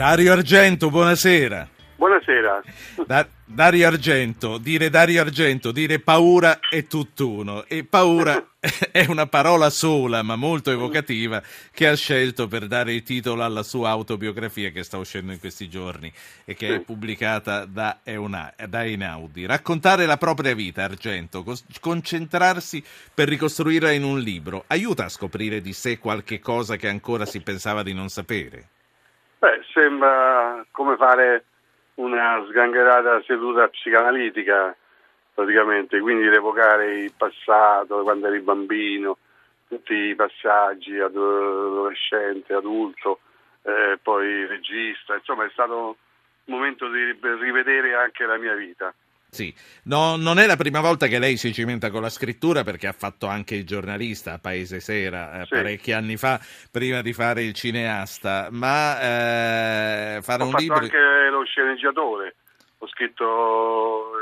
Dario Argento, buonasera. Buonasera. Dario Argento, dire paura è tutt'uno, e paura è una parola sola ma molto evocativa che ha scelto per dare il titolo alla sua autobiografia che sta uscendo in questi giorni e che è pubblicata da Einaudi. Raccontare la propria vita, Argento, concentrarsi per ricostruirla in un libro, aiuta a scoprire di sé qualche cosa che ancora si pensava di non sapere? Sembra come fare una sgangherata seduta psicanalitica praticamente, quindi rievocare il passato, quando eri bambino, tutti i passaggi, adolescente, adulto, poi regista, insomma è stato un momento di rivedere anche la mia vita. Sì, no, non è la prima volta che lei si cimenta con la scrittura, perché ha fatto anche il giornalista a Paese Sera parecchi anni fa, prima di fare il cineasta, ma fare un libro... Ho fatto anche lo sceneggiatore, ho scritto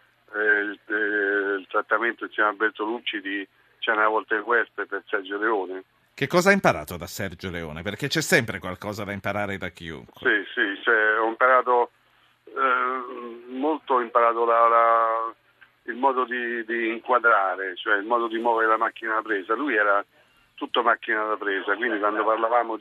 il trattamento insieme a Bertolucci di C'è una volta il West per Sergio Leone. Che cosa ha imparato da Sergio Leone? Perché c'è sempre qualcosa da imparare da chiunque. Sì, ho imparato... molto ho imparato il modo di inquadrare, cioè il modo di muovere la macchina da presa. Lui era tutto macchina da presa, quindi quando parlavamo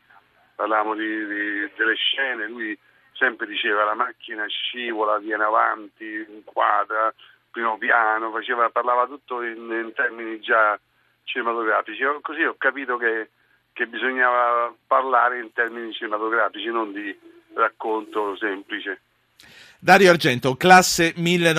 delle scene, lui sempre diceva la macchina scivola, viene avanti, inquadra, primo piano, parlava tutto in termini già cinematografici. Così ho capito che bisognava parlare in termini cinematografici, non di racconto semplice. Dario Argento, classe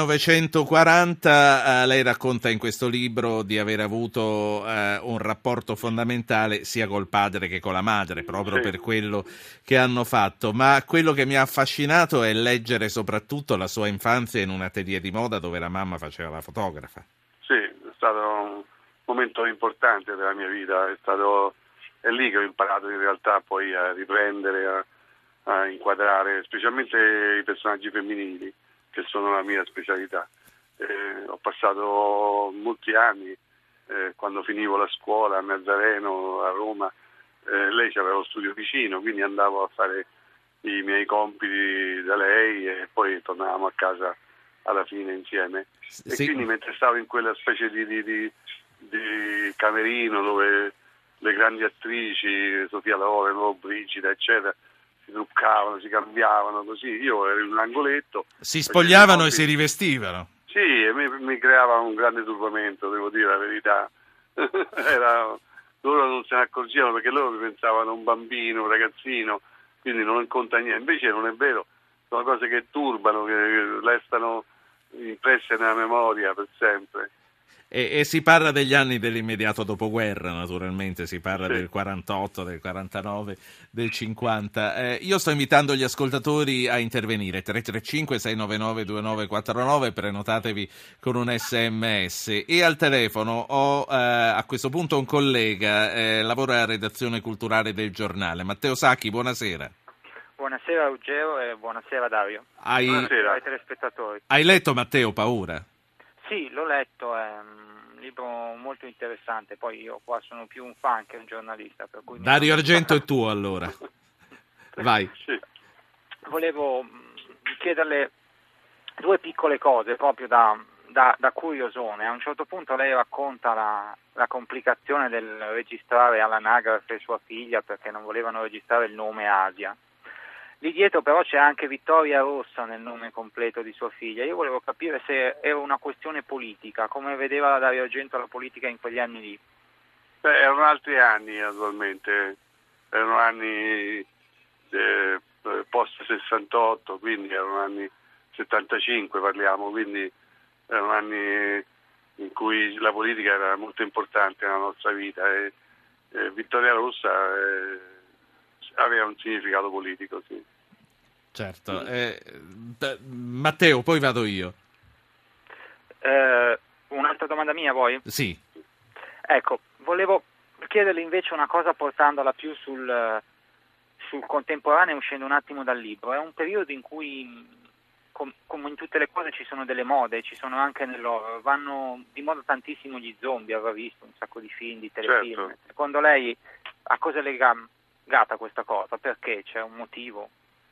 1940, lei racconta in questo libro di aver avuto un rapporto fondamentale sia col padre che con la madre, proprio per quello che hanno fatto, ma quello che mi ha affascinato è leggere soprattutto la sua infanzia in un atelier di moda dove la mamma faceva la fotografa. Sì, è stato un momento importante della mia vita, è lì che ho imparato in realtà poi a riprendere, a inquadrare, specialmente i personaggi femminili, che sono la mia specialità. Ho passato molti anni, quando finivo la scuola a Nazareno, a Roma, lei aveva lo studio vicino, quindi andavo a fare i miei compiti da lei e poi tornavamo a casa alla fine insieme. E quindi mentre stavo in quella specie di camerino dove le grandi attrici, Sofia Loren, Brigida, eccetera, si truccavano, si cambiavano così, io ero in un angoletto. Si spogliavano e si rivestivano. Sì, e mi creava un grande turbamento, devo dire la verità. Loro non se ne accorgevano perché loro pensavano a un bambino, un ragazzino, quindi non conta niente. Invece non è vero, sono cose che turbano, che restano impresse nella memoria per sempre. E si parla degli anni dell'immediato dopoguerra, naturalmente, si parla del 48, del 49, del 50. Io sto invitando gli ascoltatori a intervenire, 335-699-2949, prenotatevi con un SMS. E al telefono ho a questo punto un collega, lavora alla redazione culturale del giornale, Matteo Sacchi, buonasera. Buonasera Ruggero e buonasera Dario. Buonasera ai telespettatori. Hai letto, Matteo, Paura? Sì, l'ho letto, è un libro molto interessante, poi io qua sono più un fan che un giornalista. Per cui Dario Argento è tuo allora, vai. Sì. Volevo chiederle due piccole cose proprio da curiosone. A un certo punto lei racconta la complicazione del registrare all'anagrafe sua figlia perché non volevano registrare il nome Asia. Lì dietro però c'è anche Vittoria Rossa nel nome completo di sua figlia. Io volevo capire se era una questione politica, come vedeva Dario Argento la politica in quegli anni lì. Erano altri anni naturalmente, erano anni post 68, quindi erano anni 75 parliamo, quindi erano anni in cui la politica era molto importante nella nostra vita e Vittoria Rossa aveva un significato politico, sì. Certo. Matteo, poi vado io. Un'altra domanda mia, vuoi? Sì. Ecco, volevo chiederle invece una cosa portandola più sul contemporaneo, uscendo un attimo dal libro. È un periodo in cui, come in tutte le cose, ci sono delle mode, ci sono anche nell'horror. Vanno di moda tantissimo gli zombie, avrà visto un sacco di film, di telefilm. Certo. Secondo lei a cosa è legata questa cosa? Perché? C'è un motivo?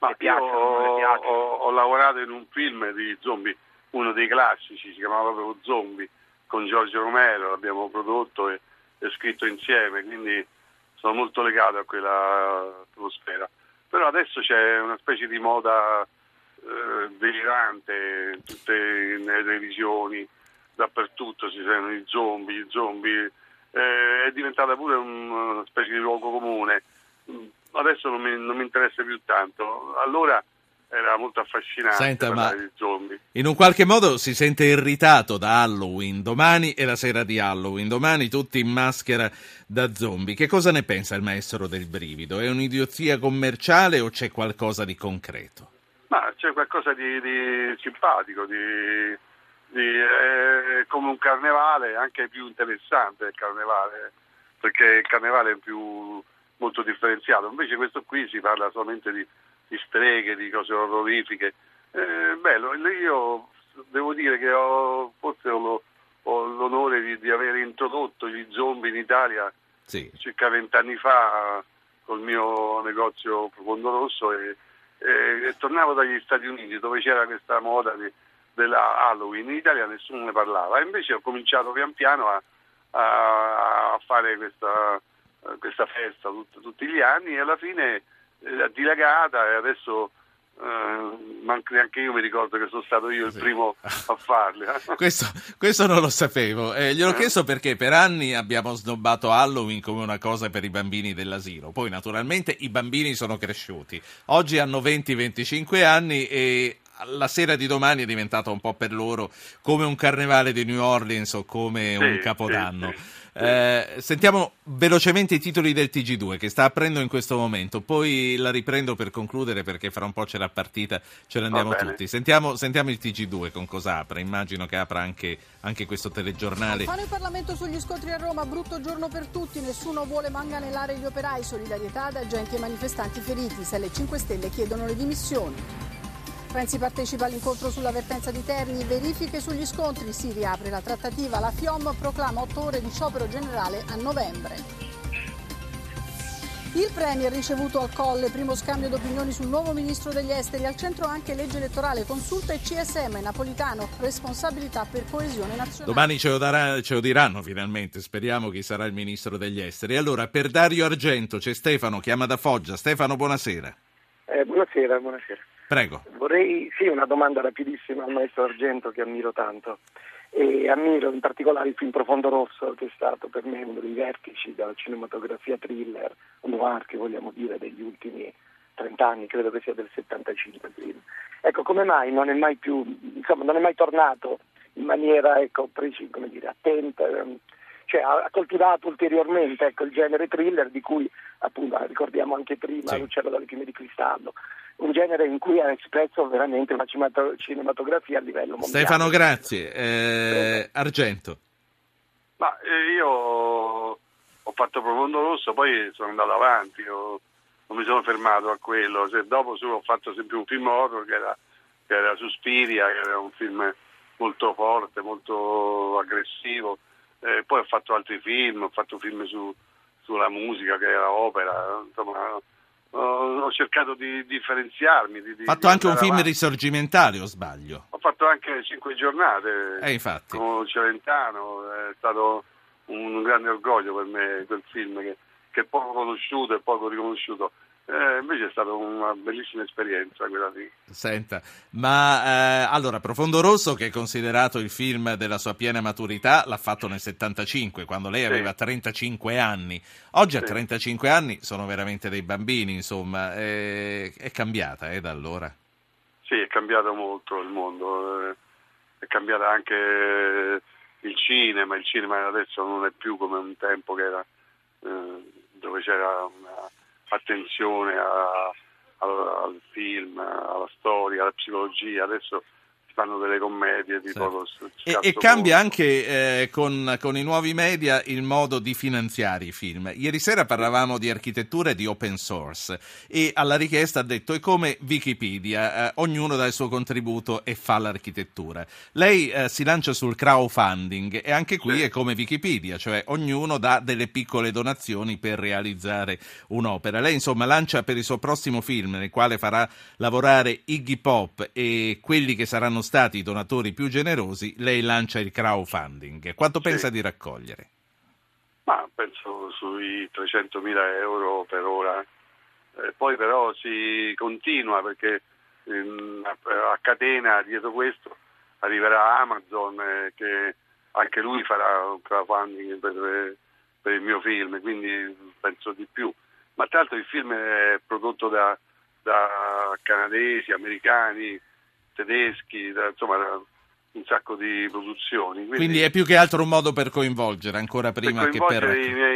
Ma le piacciono o non le piacciono. ho lavorato in un film di zombie, uno dei classici, si chiamava proprio Zombie, con Giorgio Romero, l'abbiamo prodotto e scritto insieme, quindi sono molto legato a quella atmosfera. Però adesso c'è una specie di moda delirante, tutte nelle televisioni, dappertutto si sentono i zombie, è diventata pure una specie di luogo comune. Adesso non mi interessa più tanto, allora era molto affascinante. Senta, parlare ma di zombie. in un qualche modo si sente irritato da Halloween. Domani è la sera di Halloween, domani tutti in maschera da zombie. Che cosa ne pensa il maestro del brivido? È un'idiozia commerciale o c'è qualcosa di concreto? Ma c'è qualcosa di simpatico, è come un carnevale, anche più interessante il carnevale, perché il carnevale è molto differenziato. Invece questo qui si parla solamente di streghe, di cose orrorifiche. Bello, io devo dire che forse ho l'onore di aver introdotto gli zombie in Italia circa 20 anni fa col mio negozio Profondo Rosso e tornavo dagli Stati Uniti dove c'era questa moda della Halloween. In Italia nessuno ne parlava, e invece ho cominciato pian piano a fare questa festa tutti gli anni, e alla fine è dilagata, e adesso neanche io mi ricordo che sono stato io il primo a farli. Questo non lo sapevo, gliel'ho chiesto perché per anni abbiamo snobbato Halloween come una cosa per i bambini dell'asilo, poi naturalmente i bambini sono cresciuti, oggi hanno 20-25 anni e la sera di domani è diventata un po' per loro come un carnevale di New Orleans o come un Capodanno. Sentiamo velocemente i titoli del TG2 che sta aprendo in questo momento, poi la riprendo per concludere perché fra un po' c'è la partita, ce ne andiamo tutti. Sentiamo il TG2 con cosa apre, immagino che apra anche questo telegiornale. Fanno il Parlamento sugli scontri a Roma, brutto giorno per tutti, nessuno vuole manganellare gli operai, solidarietà ad agenti e manifestanti feriti, se le 5 Stelle chiedono le dimissioni. Renzi partecipa all'incontro sulla vertenza di Terni, verifiche sugli scontri, si riapre la trattativa, la FIOM proclama 8 ore di sciopero generale a novembre. Il Premier ricevuto al Colle, primo scambio d'opinioni sul nuovo ministro degli esteri, al centro anche legge elettorale, consulta e CSM, Napolitano, responsabilità per coesione nazionale. Domani ce lo diranno finalmente, speriamo chi sarà il ministro degli esteri. Allora, per Dario Argento c'è Stefano, chiama da Foggia. Stefano, buonasera. Buonasera. Prego. Vorrei, una domanda rapidissima al maestro Argento che ammiro tanto, e ammiro in particolare il film Profondo Rosso, che è stato per me uno dei vertici della cinematografia thriller, noir che vogliamo dire, degli ultimi 30 anni, credo che sia del 75 il film. Ecco, come mai non è mai tornato in maniera, attenta, cioè ha coltivato ulteriormente il genere thriller di cui appunto ricordiamo anche prima L'uccello dalle piume di cristallo, un genere in cui ha espresso veramente una cinematografia a livello mondiale. Stefano, grazie. Argento. Ma io ho fatto Profondo Rosso, poi sono andato avanti, non mi sono fermato a quello. Dopo ho fatto sempre un film horror che era Suspiria, che era un film molto forte, molto aggressivo. Poi ho fatto altri film, ho fatto film sulla musica, che era opera, insomma ho cercato di differenziarmi. Ho fatto anche un film risorgimentale, o sbaglio? Ho fatto anche 5 giornate infatti. con Celentano, è stato un grande orgoglio per me quel film che è poco conosciuto e poco riconosciuto. Invece è stata una bellissima esperienza quella lì. Senta, ma allora Profondo Rosso, che è considerato il film della sua piena maturità, l'ha fatto nel 75, quando lei aveva 35 anni. Oggi a 35 anni sono veramente dei bambini, insomma. È cambiata da allora? Sì, è cambiato molto il mondo, è cambiata anche il cinema adesso non è più come un tempo che era dove c'era attenzione al film, alla storia, alla psicologia. Adesso fanno delle commedie tipo e cambia anche con i nuovi media il modo di finanziare i film. Ieri sera parlavamo di architettura e di open source e alla richiesta ha detto è come Wikipedia, ognuno dà il suo contributo e fa l'architettura. Lei si lancia sul crowdfunding e anche qui è come Wikipedia, cioè ognuno dà delle piccole donazioni per realizzare un'opera. Lei insomma lancia per il suo prossimo film nel quale farà lavorare Iggy Pop e quelli che saranno stati i donatori più generosi, lei lancia il crowdfunding. Quanto pensa di raccogliere? Ma penso sui 300.000 euro per ora. Poi però si continua perché a catena dietro questo arriverà Amazon che anche lui farà un crowdfunding per il mio film, quindi penso di più. Ma tra l'altro il film è prodotto da canadesi, americani, tedeschi, insomma un sacco di produzioni. Quindi è più che altro un modo per coinvolgere ancora prima che per...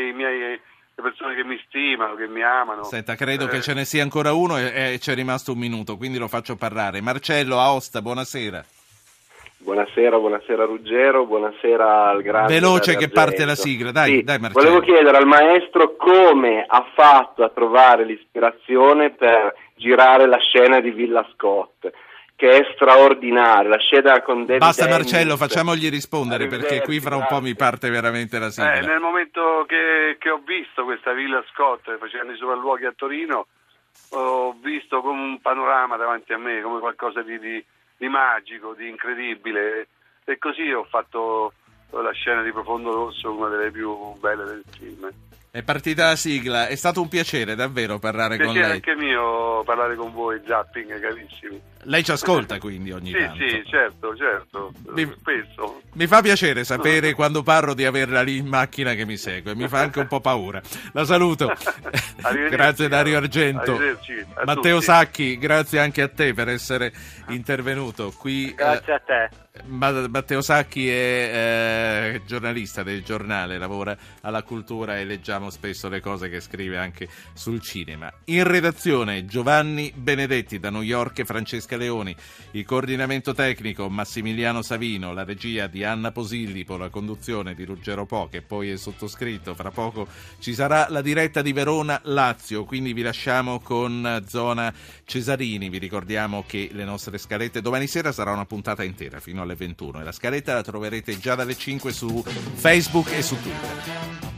le persone che mi stimano, che mi amano. Senta, credo che ce ne sia ancora uno e c'è rimasto un minuto, quindi lo faccio parlare. Marcello, Aosta, buonasera. Buonasera Ruggero, buonasera al grande Veloce Dario che parte Argento. la sigla, dai Marcello. Volevo chiedere al maestro come ha fatto a trovare l'ispirazione per girare la scena di Villa Scott, che è straordinaria, la scena con David Basta Hemmings. Marcello, facciamogli rispondere perché qui fra un po' mi parte veramente la sigla. Nel momento che ho visto questa Villa Scott facendo i sopralluoghi a Torino, ho visto come un panorama davanti a me, come qualcosa di magico, di incredibile, e così ho fatto la scena di Profondo Rosso, una delle più belle del film. È partita la sigla, è stato un piacere davvero parlare con lei. È anche mio parlare con voi, Zapping, carissimi. Lei ci ascolta quindi ogni tanto? Sì, certo, spesso. Mi fa piacere sapere quando parlo di averla lì in macchina che mi segue, mi fa anche un po' paura. La saluto. Grazie Dario Argento. Matteo tutti. Sacchi, grazie anche a te per essere intervenuto qui. Grazie a te. Matteo Sacchi è giornalista del giornale, lavora alla Cultura e leggiamo spesso le cose che scrive anche sul cinema. In redazione Giovanni Benedetti da New York e Francesca Leoni, il coordinamento tecnico Massimiliano Savino, la regia di Anna Posillipo, la conduzione di Ruggero Po, che poi è sottoscritto. Fra poco ci sarà la diretta di Verona-Lazio, quindi vi lasciamo con Zona Cesarini. Vi ricordiamo che le nostre scalette domani sera sarà una puntata intera fino alle 21 e la scaletta la troverete già dalle 5 su Facebook e su Twitter.